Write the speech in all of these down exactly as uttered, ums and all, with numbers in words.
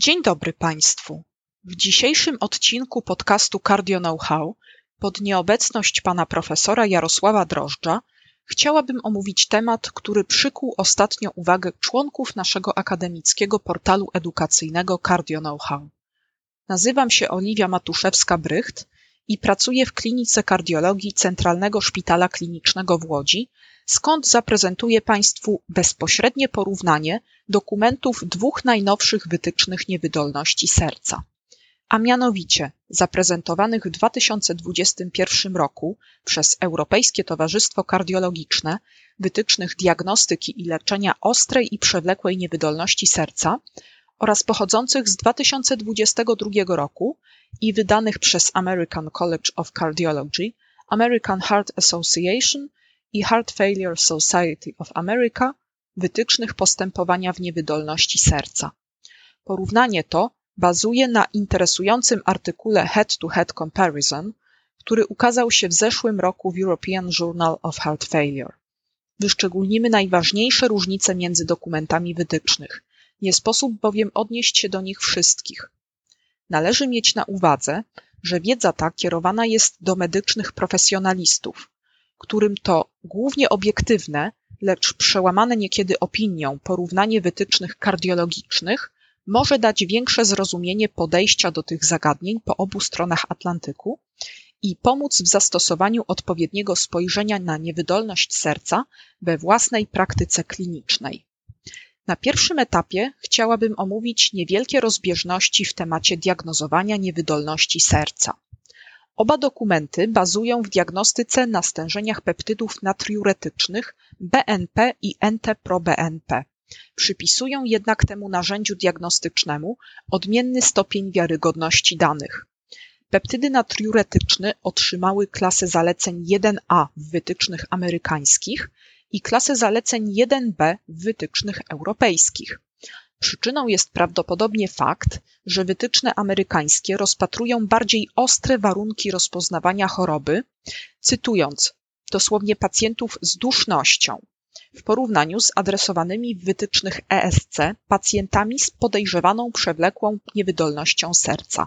Dzień dobry Państwu. W dzisiejszym odcinku podcastu Cardio Know-how pod nieobecność pana profesora Jarosława Drożdża chciałabym omówić temat, który przykuł ostatnio uwagę członków naszego akademickiego portalu edukacyjnego Cardio Know-how. Nazywam się Oliwia Matuszewska-Brycht i pracuję w klinice kardiologii Centralnego Szpitala Klinicznego w Łodzi, skąd zaprezentuję Państwu bezpośrednie porównanie dokumentów dwóch najnowszych wytycznych niewydolności serca, a mianowicie zaprezentowanych w dwa tysiące dwudziestym pierwszym roku przez Europejskie Towarzystwo Kardiologiczne wytycznych diagnostyki i leczenia ostrej i przewlekłej niewydolności serca oraz pochodzących z dwa tysiące dwudziestego drugiego roku i wydanych przez American College of Cardiology, American Heart Association i Heart Failure Society of America wytycznych postępowania w niewydolności serca. Porównanie to bazuje na interesującym artykule Head-to-Head Comparison, który ukazał się w zeszłym roku w European Journal of Heart Failure. Wyszczególnimy najważniejsze różnice między dokumentami wytycznych. Nie sposób bowiem odnieść się do nich wszystkich. Należy mieć na uwadze, że wiedza ta kierowana jest do medycznych profesjonalistów, którym to głównie obiektywne, lecz przełamane niekiedy opinią porównanie wytycznych kardiologicznych może dać większe zrozumienie podejścia do tych zagadnień po obu stronach Atlantyku i pomóc w zastosowaniu odpowiedniego spojrzenia na niewydolność serca we własnej praktyce klinicznej. Na pierwszym etapie chciałabym omówić niewielkie rozbieżności w temacie diagnozowania niewydolności serca. Oba dokumenty bazują w diagnostyce na stężeniach peptydów natriuretycznych B N P i N T-pro-B N P. Przypisują jednak temu narzędziu diagnostycznemu odmienny stopień wiarygodności danych. Peptydy natriuretyczne otrzymały klasę zaleceń jeden A w wytycznych amerykańskich i klasę zaleceń jeden B w wytycznych europejskich. Przyczyną jest prawdopodobnie fakt, że wytyczne amerykańskie rozpatrują bardziej ostre warunki rozpoznawania choroby, cytując dosłownie pacjentów z dusznością, w porównaniu z adresowanymi w wytycznych E S C pacjentami z podejrzewaną przewlekłą niewydolnością serca.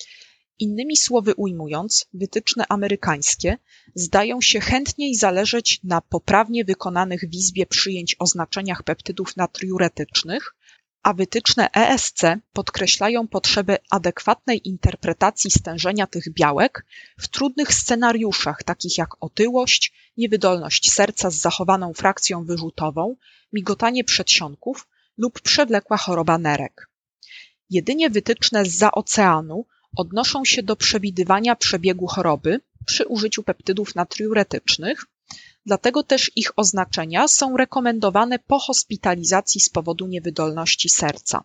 Innymi słowy ujmując, wytyczne amerykańskie zdają się chętniej zależeć na poprawnie wykonanych w izbie przyjęć oznaczeniach peptydów natriuretycznych, a wytyczne E S C podkreślają potrzebę adekwatnej interpretacji stężenia tych białek w trudnych scenariuszach, takich jak otyłość, niewydolność serca z zachowaną frakcją wyrzutową, migotanie przedsionków lub przewlekła choroba nerek. Jedynie wytyczne zza oceanu odnoszą się do przewidywania przebiegu choroby przy użyciu peptydów natriuretycznych, dlatego też ich oznaczenia są rekomendowane po hospitalizacji z powodu niewydolności serca.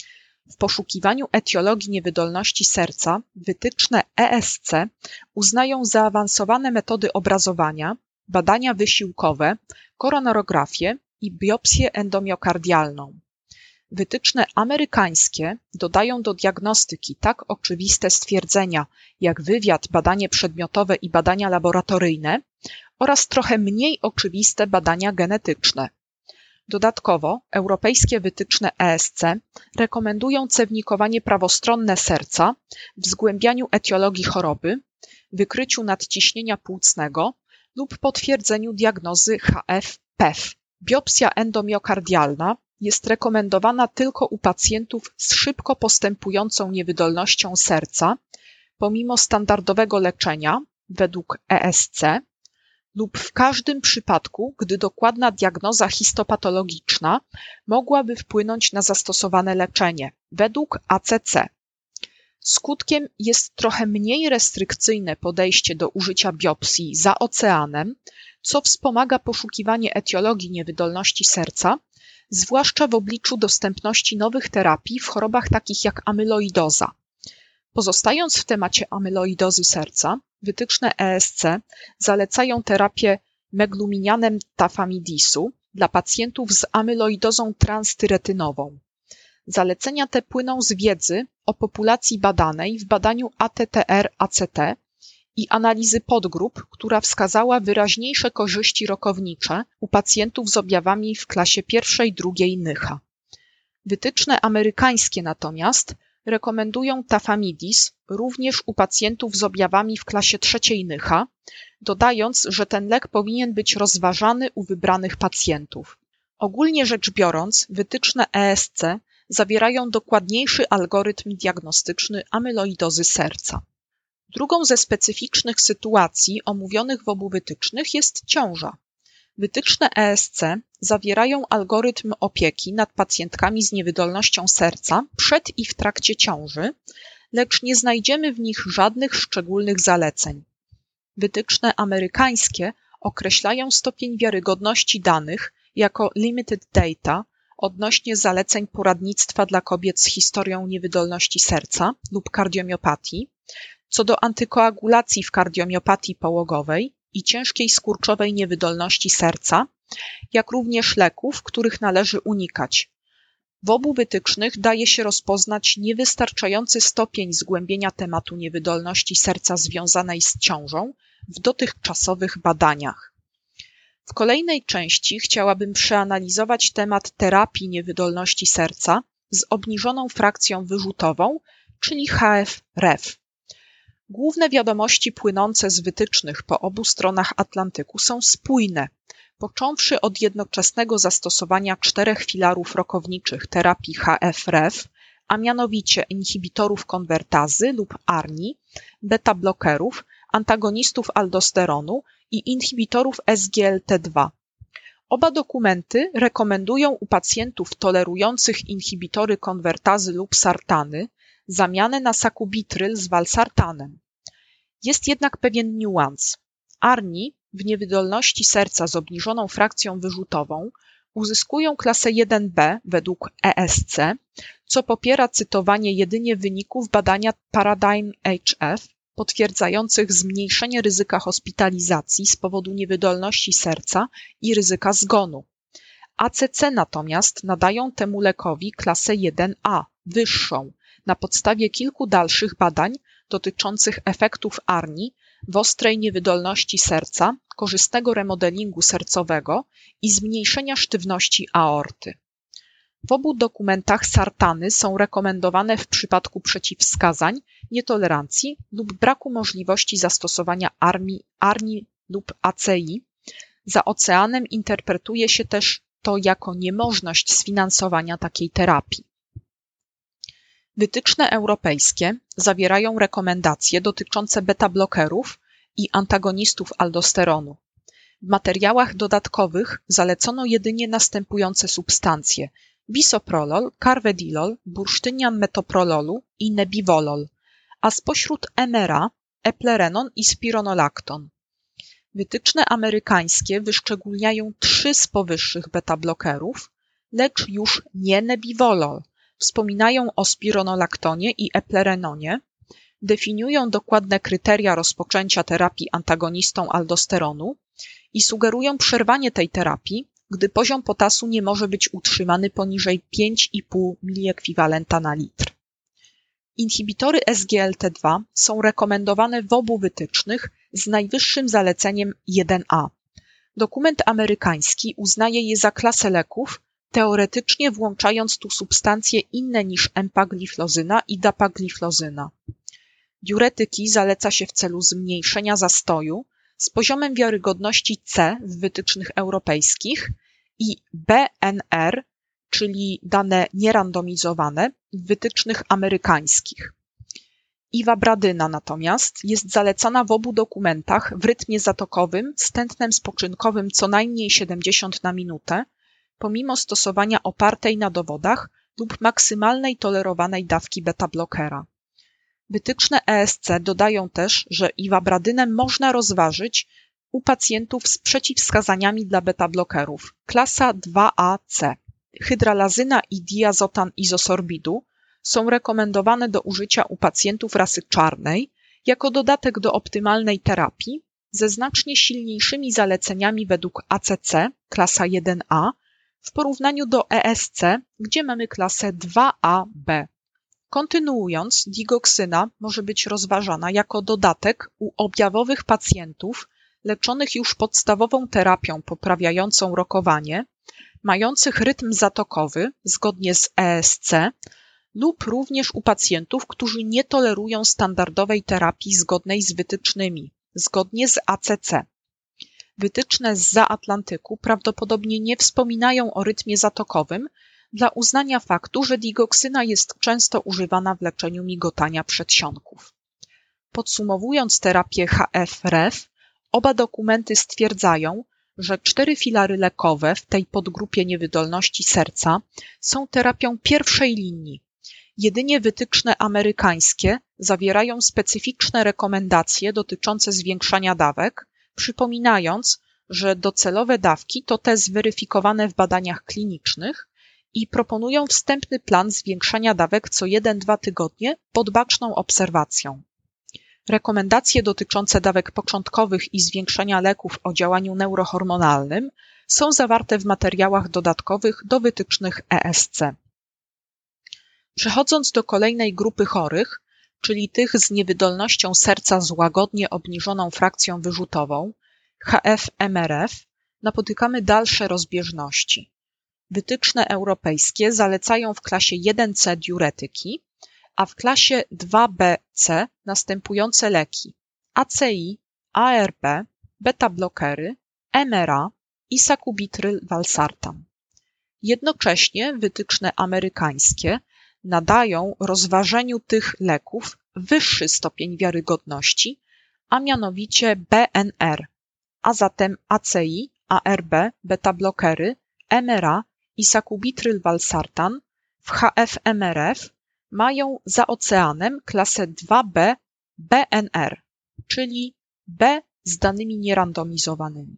W poszukiwaniu etiologii niewydolności serca wytyczne E S C uznają zaawansowane metody obrazowania, badania wysiłkowe, koronarografię i biopsję endomiokardialną. Wytyczne amerykańskie dodają do diagnostyki tak oczywiste stwierdzenia jak wywiad, badanie przedmiotowe i badania laboratoryjne oraz trochę mniej oczywiste badania genetyczne. Dodatkowo europejskie wytyczne E S C rekomendują cewnikowanie prawostronne serca w zgłębianiu etiologii choroby, wykryciu nadciśnienia płucnego lub potwierdzeniu diagnozy H F P E F. Biopsja endomiokardialna jest rekomendowana tylko u pacjentów z szybko postępującą niewydolnością serca, pomimo standardowego leczenia według E S C, lub w każdym przypadku, gdy dokładna diagnoza histopatologiczna mogłaby wpłynąć na zastosowane leczenie według A C C. Skutkiem jest trochę mniej restrykcyjne podejście do użycia biopsji za oceanem, co wspomaga poszukiwanie etiologii niewydolności serca, zwłaszcza w obliczu dostępności nowych terapii w chorobach takich jak amyloidoza. Pozostając w temacie amyloidozy serca, wytyczne E S C zalecają terapię megluminianem tafamidisu dla pacjentów z amyloidozą transtyretynową. Zalecenia te płyną z wiedzy o populacji badanej w badaniu A T T R A C T i analizy podgrup, która wskazała wyraźniejsze korzyści rokownicze u pacjentów z objawami w klasie pierwszej, drugiej N Y H A. Wytyczne amerykańskie natomiast rekomendują tafamidis również u pacjentów z objawami w klasie trzeciej Nycha, dodając, że ten lek powinien być rozważany u wybranych pacjentów. Ogólnie rzecz biorąc, wytyczne E S C zawierają dokładniejszy algorytm diagnostyczny amyloidozy serca. Drugą ze specyficznych sytuacji omówionych w obu wytycznych jest ciąża. Wytyczne E S C zawierają algorytm opieki nad pacjentkami z niewydolnością serca przed i w trakcie ciąży, lecz nie znajdziemy w nich żadnych szczególnych zaleceń. Wytyczne amerykańskie określają stopień wiarygodności danych jako limited data odnośnie zaleceń poradnictwa dla kobiet z historią niewydolności serca lub kardiomiopatii, co do antykoagulacji w kardiomiopatii połogowej i ciężkiej skurczowej niewydolności serca, jak również leków, których należy unikać. W obu wytycznych daje się rozpoznać niewystarczający stopień zgłębienia tematu niewydolności serca związanej z ciążą w dotychczasowych badaniach. W kolejnej części chciałabym przeanalizować temat terapii niewydolności serca z obniżoną frakcją wyrzutową, czyli H F R E F. Główne wiadomości płynące z wytycznych po obu stronach Atlantyku są spójne, począwszy od jednoczesnego zastosowania czterech filarów rokowniczych terapii H F R E F, a mianowicie inhibitorów konwertazy lub A R N I, beta-blokerów, antagonistów aldosteronu i inhibitorów S G L T dwa. Oba dokumenty rekomendują u pacjentów tolerujących inhibitory konwertazy lub sartany zamianę na sakubitryl z valsartanem. Jest jednak pewien niuans. A R N I w niewydolności serca z obniżoną frakcją wyrzutową uzyskują klasę jeden B według E S C, co popiera cytowanie jedynie wyników badania Paradigm H F potwierdzających zmniejszenie ryzyka hospitalizacji z powodu niewydolności serca i ryzyka zgonu. A C C natomiast nadają temu lekowi klasę jeden A, wyższą, na podstawie kilku dalszych badań dotyczących efektów A R N I w ostrej niewydolności serca, korzystnego remodelingu sercowego i zmniejszenia sztywności aorty. W obu dokumentach sartany są rekomendowane w przypadku przeciwwskazań, nietolerancji lub braku możliwości zastosowania A R N I lub A C I. Za oceanem interpretuje się też to jako niemożność sfinansowania takiej terapii. Wytyczne europejskie zawierają rekomendacje dotyczące beta-blokerów i antagonistów aldosteronu. W materiałach dodatkowych zalecono jedynie następujące substancje: bisoprolol, carvedilol, bursztynian metoprololu i nebivolol, a spośród M R A eplerenon i spironolakton. Wytyczne amerykańskie wyszczególniają trzy z powyższych beta-blokerów, lecz już nie nebivolol. Wspominają o spironolaktonie i eplerenonie, definiują dokładne kryteria rozpoczęcia terapii antagonistą aldosteronu i sugerują przerwanie tej terapii, gdy poziom potasu nie może być utrzymany poniżej pięć i pół miliekwiwalenta na litr. Inhibitory S G L T dwa są rekomendowane w obu wytycznych z najwyższym zaleceniem jeden A. Dokument amerykański uznaje je za klasę leków, teoretycznie włączając tu substancje inne niż empagliflozyna i dapagliflozyna. Diuretyki zaleca się w celu zmniejszenia zastoju z poziomem wiarygodności C w wytycznych europejskich i B N R, czyli dane nierandomizowane, w wytycznych amerykańskich. Iwabradyna natomiast jest zalecana w obu dokumentach w rytmie zatokowym z tętnem spoczynkowym co najmniej siedemdziesiąt na minutę, pomimo stosowania opartej na dowodach lub maksymalnej tolerowanej dawki beta-blokera. Wytyczne E S C dodają też, że iwabradynę można rozważyć u pacjentów z przeciwwskazaniami dla beta-blokerów, klasa dwa A C. Hydralazyna i diazotan izosorbidu są rekomendowane do użycia u pacjentów rasy czarnej jako dodatek do optymalnej terapii ze znacznie silniejszymi zaleceniami według A C C, klasa jeden A, w porównaniu do E S C, gdzie mamy klasę dwa A B. Kontynuując, digoksyna może być rozważana jako dodatek u objawowych pacjentów leczonych już podstawową terapią poprawiającą rokowanie, mających rytm zatokowy zgodnie z E S C lub również u pacjentów, którzy nie tolerują standardowej terapii zgodnej z wytycznymi, zgodnie z A C C. Wytyczne zza Atlantyku prawdopodobnie nie wspominają o rytmie zatokowym dla uznania faktu, że digoksyna jest często używana w leczeniu migotania przedsionków. Podsumowując terapię H F R E F, oba dokumenty stwierdzają, że cztery filary lekowe w tej podgrupie niewydolności serca są terapią pierwszej linii. Jedynie wytyczne amerykańskie zawierają specyficzne rekomendacje dotyczące zwiększania dawek, przypominając, że docelowe dawki to te zweryfikowane w badaniach klinicznych i proponują wstępny plan zwiększania dawek co jeden do dwóch tygodnie pod baczną obserwacją. Rekomendacje dotyczące dawek początkowych i zwiększenia leków o działaniu neurohormonalnym są zawarte w materiałach dodatkowych do wytycznych E S C. Przechodząc do kolejnej grupy chorych, czyli tych z niewydolnością serca z łagodnie obniżoną frakcją wyrzutową, H F M R F, napotykamy dalsze rozbieżności. Wytyczne europejskie zalecają w klasie jeden C diuretyki, a w klasie dwa B C następujące leki A C I, A R B, beta-blokery, M R A i sakubitryl-valsartan. Jednocześnie wytyczne amerykańskie nadają rozważeniu tych leków wyższy stopień wiarygodności, a mianowicie B N R, a zatem A C I, A R B, beta-blokery, M R A i sakubitryl-valsartan w H F M R F mają za oceanem klasę dwa B B N R, czyli B z danymi nierandomizowanymi.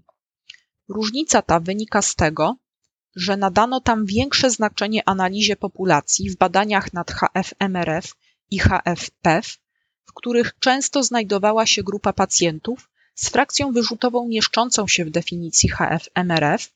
Różnica ta wynika z tego, że nadano tam większe znaczenie analizie populacji w badaniach nad H F M R F i H F P F, w których często znajdowała się grupa pacjentów z frakcją wyrzutową mieszczącą się w definicji H F M R F.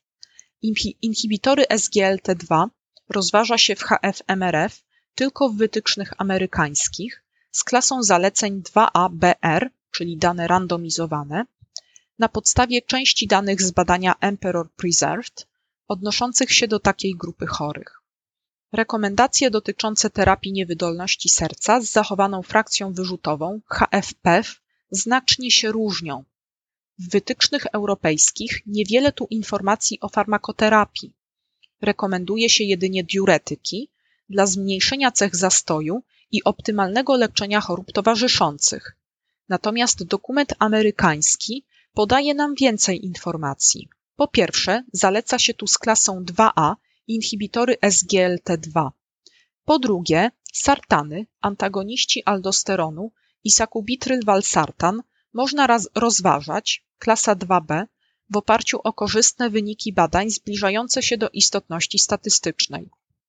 Inhibitory S G L T dwa rozważa się w H F M R F tylko w wytycznych amerykańskich z klasą zaleceń dwa A B R, czyli dane randomizowane, na podstawie części danych z badania Emperor Preserved odnoszących się do takiej grupy chorych. Rekomendacje dotyczące terapii niewydolności serca z zachowaną frakcją wyrzutową H F P F znacznie się różnią. W wytycznych europejskich niewiele tu informacji o farmakoterapii. Rekomenduje się jedynie diuretyki dla zmniejszenia cech zastoju i optymalnego leczenia chorób towarzyszących. Natomiast dokument amerykański podaje nam więcej informacji. Po pierwsze, zaleca się tu z klasą dwa A inhibitory S G L T dwa. Po drugie, sartany, antagoniści aldosteronu i sakubitryl-valsartan można raz rozważać, klasa dwa B, w oparciu o korzystne wyniki badań zbliżające się do istotności statystycznej.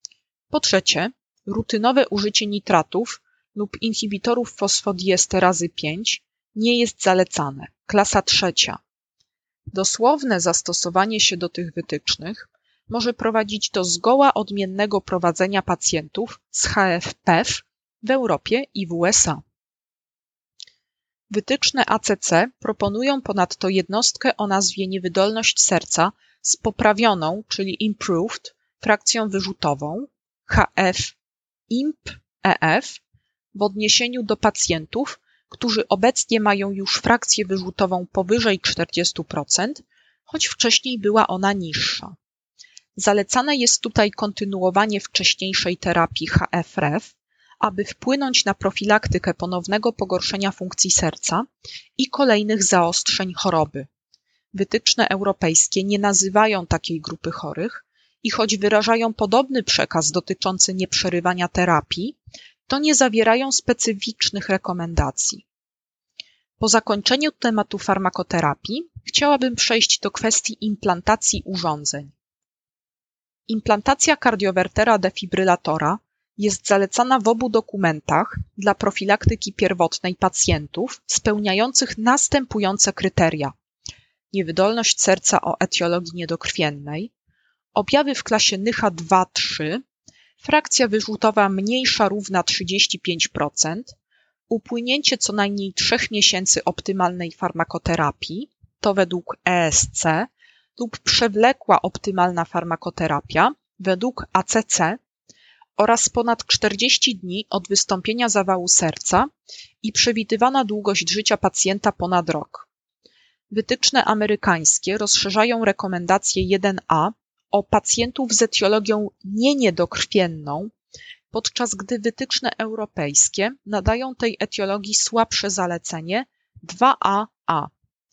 Po trzecie, rutynowe użycie nitratów lub inhibitorów fosfodiesterazy pięć nie jest zalecane, klasa trzecia. Dosłowne zastosowanie się do tych wytycznych może prowadzić do zgoła odmiennego prowadzenia pacjentów z H F P F w Europie i w U S A. Wytyczne A C C proponują ponadto jednostkę o nazwie niewydolność serca z poprawioną, czyli improved, frakcją wyrzutową H F I M P E F w odniesieniu do pacjentów, którzy obecnie mają już frakcję wyrzutową powyżej czterdzieści procent, choć wcześniej była ona niższa. Zalecane jest tutaj kontynuowanie wcześniejszej terapii H F R E F, aby wpłynąć na profilaktykę ponownego pogorszenia funkcji serca i kolejnych zaostrzeń choroby. Wytyczne europejskie nie nazywają takiej grupy chorych i choć wyrażają podobny przekaz dotyczący nieprzerywania terapii, to nie zawierają specyficznych rekomendacji. Po zakończeniu tematu farmakoterapii chciałabym przejść do kwestii implantacji urządzeń. Implantacja kardiowertera defibrylatora jest zalecana w obu dokumentach dla profilaktyki pierwotnej pacjentów spełniających następujące kryteria: niewydolność serca o etiologii niedokrwiennej, objawy w klasie N Y H A dwa trzy, frakcja wyrzutowa mniejsza równa trzydzieści pięć procent, upłynięcie co najmniej trzech miesięcy optymalnej farmakoterapii, to według E S C, lub przewlekła optymalna farmakoterapia według A C C oraz ponad czterdzieści dni od wystąpienia zawału serca i przewidywana długość życia pacjenta ponad rok. Wytyczne amerykańskie rozszerzają rekomendację jeden A o pacjentów z etiologią nieniedokrwienną, podczas gdy wytyczne europejskie nadają tej etiologii słabsze zalecenie dwa A A.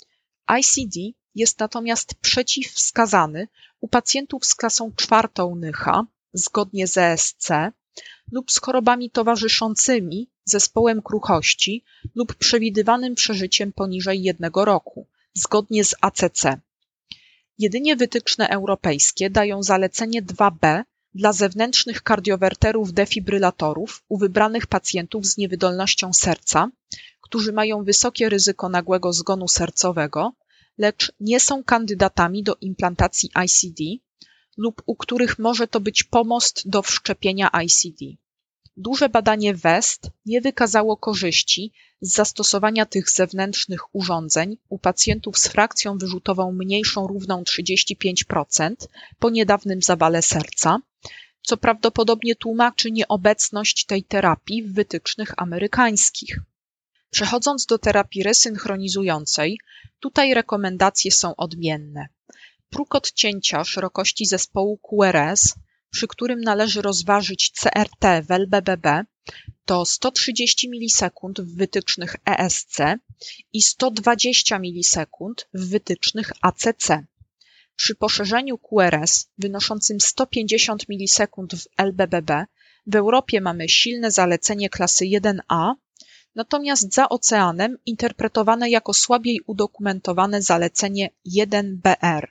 I C D jest natomiast przeciwwskazany u pacjentów z klasą czwartą N Y H A, zgodnie z E S C, lub z chorobami towarzyszącymi, zespołem kruchości lub przewidywanym przeżyciem poniżej jednego roku, zgodnie z A C C. Jedynie wytyczne europejskie dają zalecenie dwa B dla zewnętrznych kardiowerterów defibrylatorów u wybranych pacjentów z niewydolnością serca, którzy mają wysokie ryzyko nagłego zgonu sercowego, lecz nie są kandydatami do implantacji I C D lub u których może to być pomost do wszczepienia I C D. Duże badanie W E S T nie wykazało korzyści z zastosowania tych zewnętrznych urządzeń u pacjentów z frakcją wyrzutową mniejszą równą trzydzieści pięć procent po niedawnym zawale serca, co prawdopodobnie tłumaczy nieobecność tej terapii w wytycznych amerykańskich. Przechodząc do terapii resynchronizującej, tutaj rekomendacje są odmienne. Próg odcięcia szerokości zespołu Q R S, przy którym należy rozważyć C R T w L B B B, to sto trzydzieści milisekund w wytycznych E S C i sto dwadzieścia milisekund w wytycznych A C C. Przy poszerzeniu Q R S wynoszącym sto pięćdziesiąt milisekund w L B B B w Europie mamy silne zalecenie klasy jeden A, natomiast za oceanem interpretowane jako słabiej udokumentowane zalecenie jeden B R.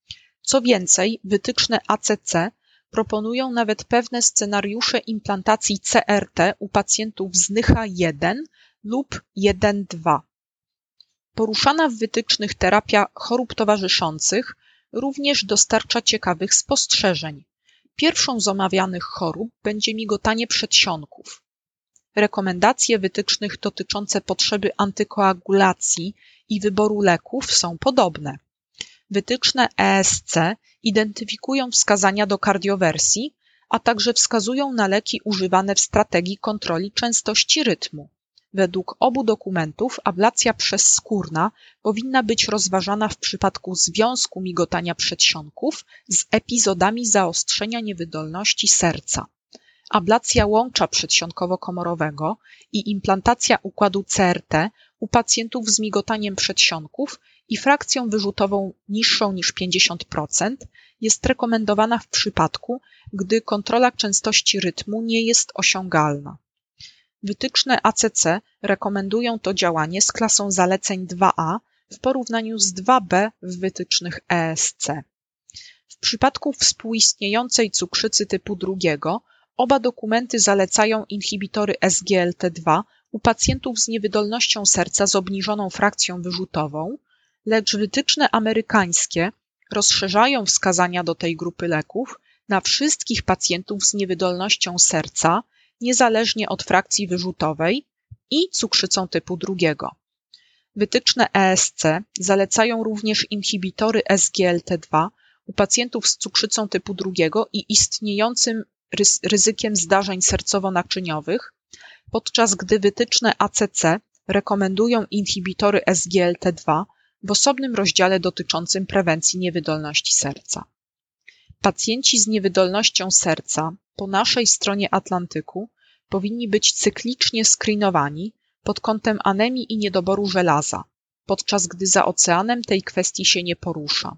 Co więcej, wytyczne A C C proponują nawet pewne scenariusze implantacji C R T u pacjentów z N Y H A jeden lub jeden dwa. Poruszana w wytycznych terapia chorób towarzyszących również dostarcza ciekawych spostrzeżeń. Pierwszą z omawianych chorób będzie migotanie przedsionków. Rekomendacje wytycznych dotyczące potrzeby antykoagulacji i wyboru leków są podobne. Wytyczne E S C identyfikują wskazania do kardiowersji, a także wskazują na leki używane w strategii kontroli częstości rytmu. Według obu dokumentów ablacja przezskórna powinna być rozważana w przypadku związku migotania przedsionków z epizodami zaostrzenia niewydolności serca. Ablacja łącza przedsionkowo-komorowego i implantacja układu C R T u pacjentów z migotaniem przedsionków i frakcją wyrzutową niższą niż pięćdziesiąt procent jest rekomendowana w przypadku, gdy kontrola częstości rytmu nie jest osiągalna. Wytyczne A C C rekomendują to działanie z klasą zaleceń dwa A w porównaniu z dwa B w wytycznych E S C. W przypadku współistniejącej cukrzycy typu drugiego oba dokumenty zalecają inhibitory S G L T dwa u pacjentów z niewydolnością serca z obniżoną frakcją wyrzutową, lecz wytyczne amerykańskie rozszerzają wskazania do tej grupy leków na wszystkich pacjentów z niewydolnością serca, niezależnie od frakcji wyrzutowej i cukrzycą typu drugiego. Wytyczne E S C zalecają również inhibitory S G L T dwa u pacjentów z cukrzycą typu drugiego i istniejącym ryzykiem zdarzeń sercowo-naczyniowych, podczas gdy wytyczne A C C rekomendują inhibitory S G L T dwa w osobnym rozdziale dotyczącym prewencji niewydolności serca. Pacjenci z niewydolnością serca po naszej stronie Atlantyku powinni być cyklicznie screenowani pod kątem anemii i niedoboru żelaza, podczas gdy za oceanem tej kwestii się nie porusza.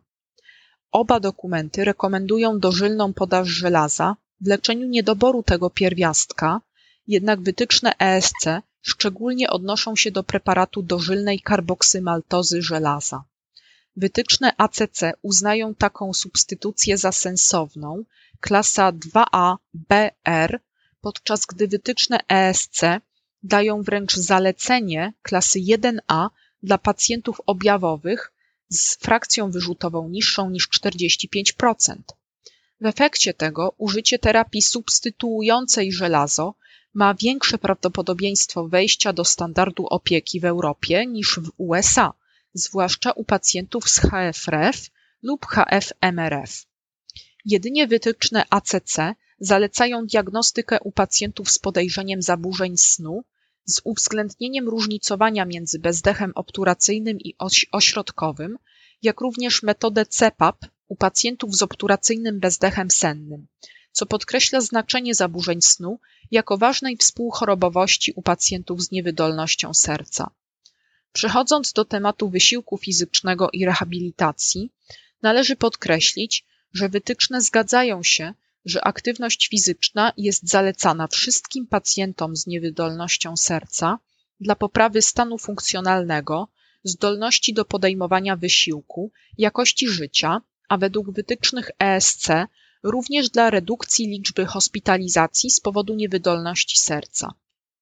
Oba dokumenty rekomendują dożylną podaż żelaza w leczeniu niedoboru tego pierwiastka, jednak wytyczne E S C szczególnie odnoszą się do preparatu dożylnej karboksymaltozy żelaza. Wytyczne A C C uznają taką substytucję za sensowną, klasa dwa A B R, podczas gdy wytyczne E S C dają wręcz zalecenie klasy jeden A dla pacjentów objawowych z frakcją wyrzutową niższą niż czterdzieści pięć procent. W efekcie tego użycie terapii substytuującej żelazo ma większe prawdopodobieństwo wejścia do standardu opieki w Europie niż w U S A, zwłaszcza u pacjentów z H F R E F lub H F M R F. Jedynie wytyczne A C C zalecają diagnostykę u pacjentów z podejrzeniem zaburzeń snu z uwzględnieniem różnicowania między bezdechem obturacyjnym i oś- ośrodkowym, jak również metodę C P A P u pacjentów z obturacyjnym bezdechem sennym, co podkreśla znaczenie zaburzeń snu jako ważnej współchorobowości u pacjentów z niewydolnością serca. Przechodząc do tematu wysiłku fizycznego i rehabilitacji, należy podkreślić, że wytyczne zgadzają się, że aktywność fizyczna jest zalecana wszystkim pacjentom z niewydolnością serca dla poprawy stanu funkcjonalnego, zdolności do podejmowania wysiłku, jakości życia, a według wytycznych E S C również dla redukcji liczby hospitalizacji z powodu niewydolności serca.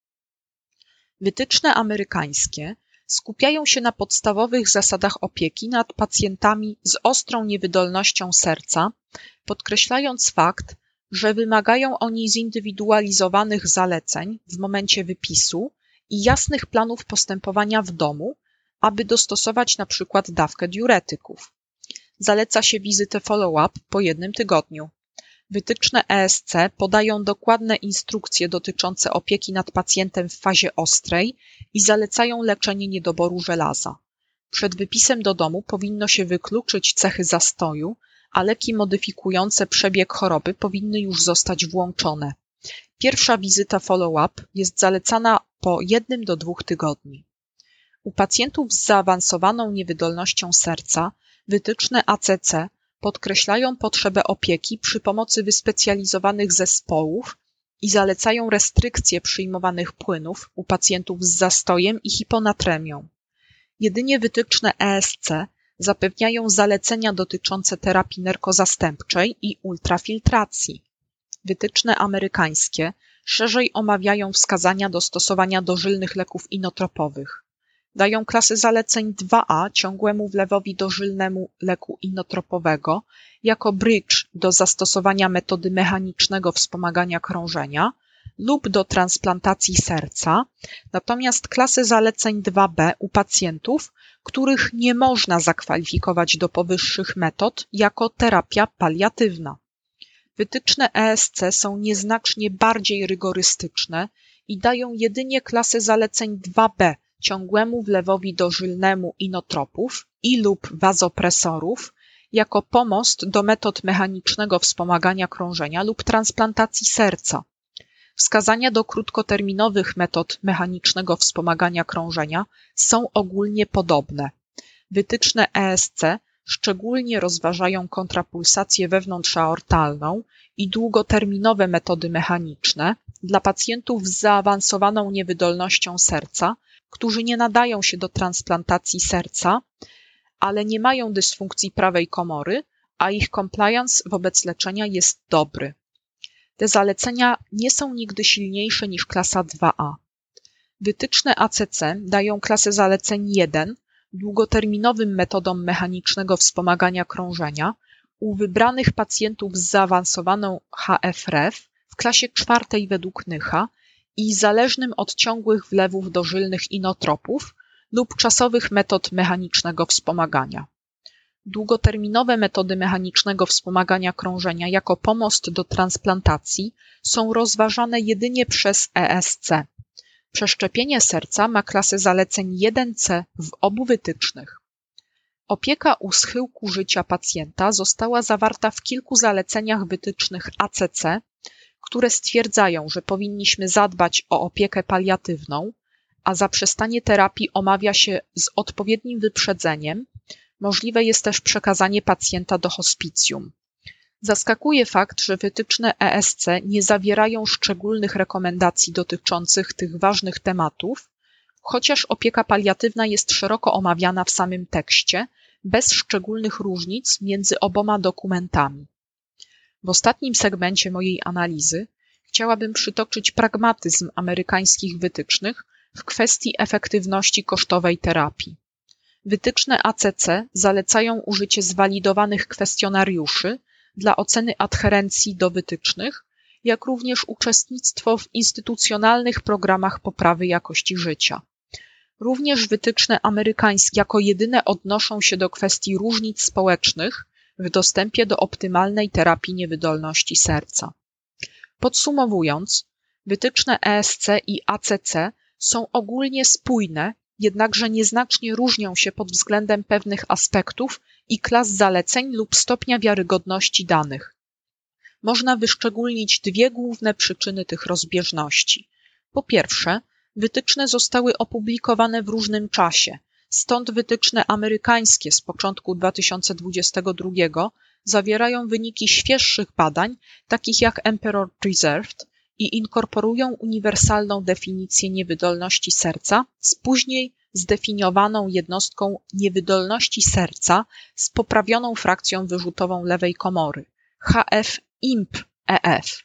Wytyczne amerykańskie skupiają się na podstawowych zasadach opieki nad pacjentami z ostrą niewydolnością serca, podkreślając fakt, że wymagają oni zindywidualizowanych zaleceń w momencie wypisu i jasnych planów postępowania w domu, aby dostosować na przykład dawkę diuretyków. Zaleca się wizytę follow-up po jednym tygodniu. Wytyczne E S C podają dokładne instrukcje dotyczące opieki nad pacjentem w fazie ostrej i zalecają leczenie niedoboru żelaza. Przed wypisem do domu powinno się wykluczyć cechy zastoju, a leki modyfikujące przebieg choroby powinny już zostać włączone. Pierwsza wizyta follow-up jest zalecana po jednym do dwóch tygodni. U pacjentów z zaawansowaną niewydolnością serca wytyczne A C C podkreślają potrzebę opieki przy pomocy wyspecjalizowanych zespołów i zalecają restrykcję przyjmowanych płynów u pacjentów z zastojem i hiponatremią. Jedynie wytyczne E S C zapewniają zalecenia dotyczące terapii narkozastępczej i ultrafiltracji. Wytyczne amerykańskie szerzej omawiają wskazania do stosowania dożylnych leków inotropowych. Dają klasy zaleceń dwa A ciągłemu wlewowi dożylnemu leku inotropowego jako bridge do zastosowania metody mechanicznego wspomagania krążenia lub do transplantacji serca, natomiast klasy zaleceń dwa B u pacjentów, których nie można zakwalifikować do powyższych metod jako terapia paliatywna. Wytyczne E S C są nieznacznie bardziej rygorystyczne i dają jedynie klasy zaleceń dwa B ciągłemu wlewowi dożylnemu inotropów i lub wazopresorów jako pomost do metod mechanicznego wspomagania krążenia lub transplantacji serca. Wskazania do krótkoterminowych metod mechanicznego wspomagania krążenia są ogólnie podobne. Wytyczne E S C szczególnie rozważają kontrapulsację wewnątrzaortalną i długoterminowe metody mechaniczne dla pacjentów z zaawansowaną niewydolnością serca, którzy nie nadają się do transplantacji serca, ale nie mają dysfunkcji prawej komory, a ich compliance wobec leczenia jest dobry. Te zalecenia nie są nigdy silniejsze niż klasa dwa A. Wytyczne A C C dają klasę zaleceń jeden długoterminowym metodom mechanicznego wspomagania krążenia u wybranych pacjentów z zaawansowaną H F R F w klasie czwartej według Nycha i zależnym od ciągłych wlewów dożylnych inotropów lub czasowych metod mechanicznego wspomagania. Długoterminowe metody mechanicznego wspomagania krążenia jako pomost do transplantacji są rozważane jedynie przez E S C. Przeszczepienie serca ma klasę zaleceń jeden C w obu wytycznych. Opieka u schyłku życia pacjenta została zawarta w kilku zaleceniach wytycznych A C C, które stwierdzają, że powinniśmy zadbać o opiekę paliatywną, a zaprzestanie terapii omawia się z odpowiednim wyprzedzeniem. Możliwe jest też przekazanie pacjenta do hospicjum. Zaskakuje fakt, że wytyczne E S C nie zawierają szczególnych rekomendacji dotyczących tych ważnych tematów, chociaż opieka paliatywna jest szeroko omawiana w samym tekście, bez szczególnych różnic między oboma dokumentami. W ostatnim segmencie mojej analizy chciałabym przytoczyć pragmatyzm amerykańskich wytycznych w kwestii efektywności kosztowej terapii. Wytyczne A C C zalecają użycie zwalidowanych kwestionariuszy dla oceny adherencji do wytycznych, jak również uczestnictwo w instytucjonalnych programach poprawy jakości życia. Również wytyczne amerykańskie jako jedyne odnoszą się do kwestii różnic społecznych w dostępie do optymalnej terapii niewydolności serca. Podsumowując, wytyczne E S C i A C C są ogólnie spójne, jednakże nieznacznie różnią się pod względem pewnych aspektów i klas zaleceń lub stopnia wiarygodności danych. Można wyszczególnić dwie główne przyczyny tych rozbieżności. Po pierwsze, wytyczne zostały opublikowane w różnym czasie, stąd wytyczne amerykańskie z początku dwa tysiące dwudziestego drugiego zawierają wyniki świeższych badań, takich jak Emperor Preserved, i inkorporują uniwersalną definicję niewydolności serca z później zdefiniowaną jednostką niewydolności serca z poprawioną frakcją wyrzutową lewej komory H F I M P E F.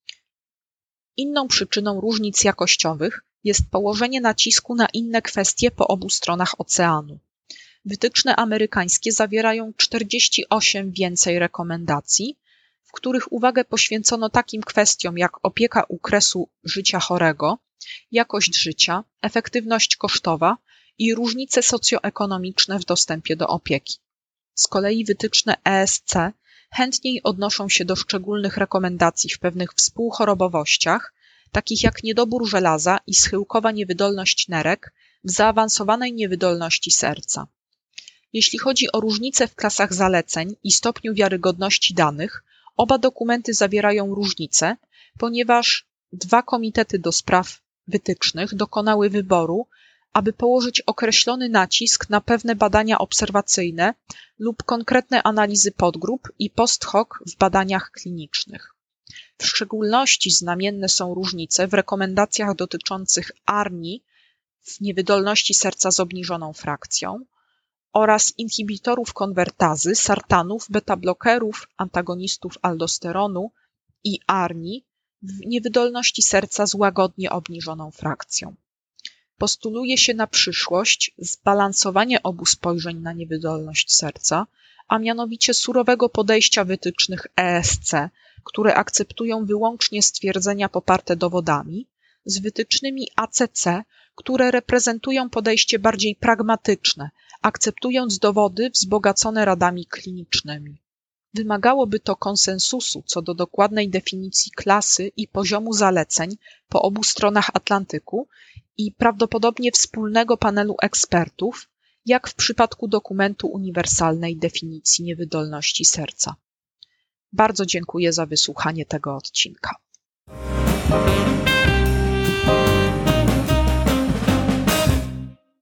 Inną przyczyną różnic jakościowych jest położenie nacisku na inne kwestie po obu stronach oceanu. Wytyczne amerykańskie zawierają czterdzieści osiem więcej rekomendacji, w których uwagę poświęcono takim kwestiom jak opieka u kresu życia chorego, jakość życia, efektywność kosztowa i różnice socjoekonomiczne w dostępie do opieki. Z kolei wytyczne E S C chętniej odnoszą się do szczególnych rekomendacji w pewnych współchorobowościach, takich jak niedobór żelaza i schyłkowa niewydolność nerek w zaawansowanej niewydolności serca. Jeśli chodzi o różnice w klasach zaleceń i stopniu wiarygodności danych, oba dokumenty zawierają różnice, ponieważ dwa komitety do spraw wytycznych dokonały wyboru, aby położyć określony nacisk na pewne badania obserwacyjne lub konkretne analizy podgrup i post hoc w badaniach klinicznych. W szczególności znamienne są różnice w rekomendacjach dotyczących A R N I w niewydolności serca z obniżoną frakcją oraz inhibitorów konwertazy, sartanów, beta-blokerów, antagonistów aldosteronu i A R N I w niewydolności serca z łagodnie obniżoną frakcją. Postuluje się na przyszłość zbalansowanie obu spojrzeń na niewydolność serca, a mianowicie surowego podejścia wytycznych E S C, które akceptują wyłącznie stwierdzenia poparte dowodami, z wytycznymi A C C, które reprezentują podejście bardziej pragmatyczne, akceptując dowody wzbogacone radami klinicznymi. Wymagałoby to konsensusu co do dokładnej definicji klasy i poziomu zaleceń po obu stronach Atlantyku i prawdopodobnie wspólnego panelu ekspertów, jak w przypadku dokumentu uniwersalnej definicji niewydolności serca. Bardzo dziękuję za wysłuchanie tego odcinka.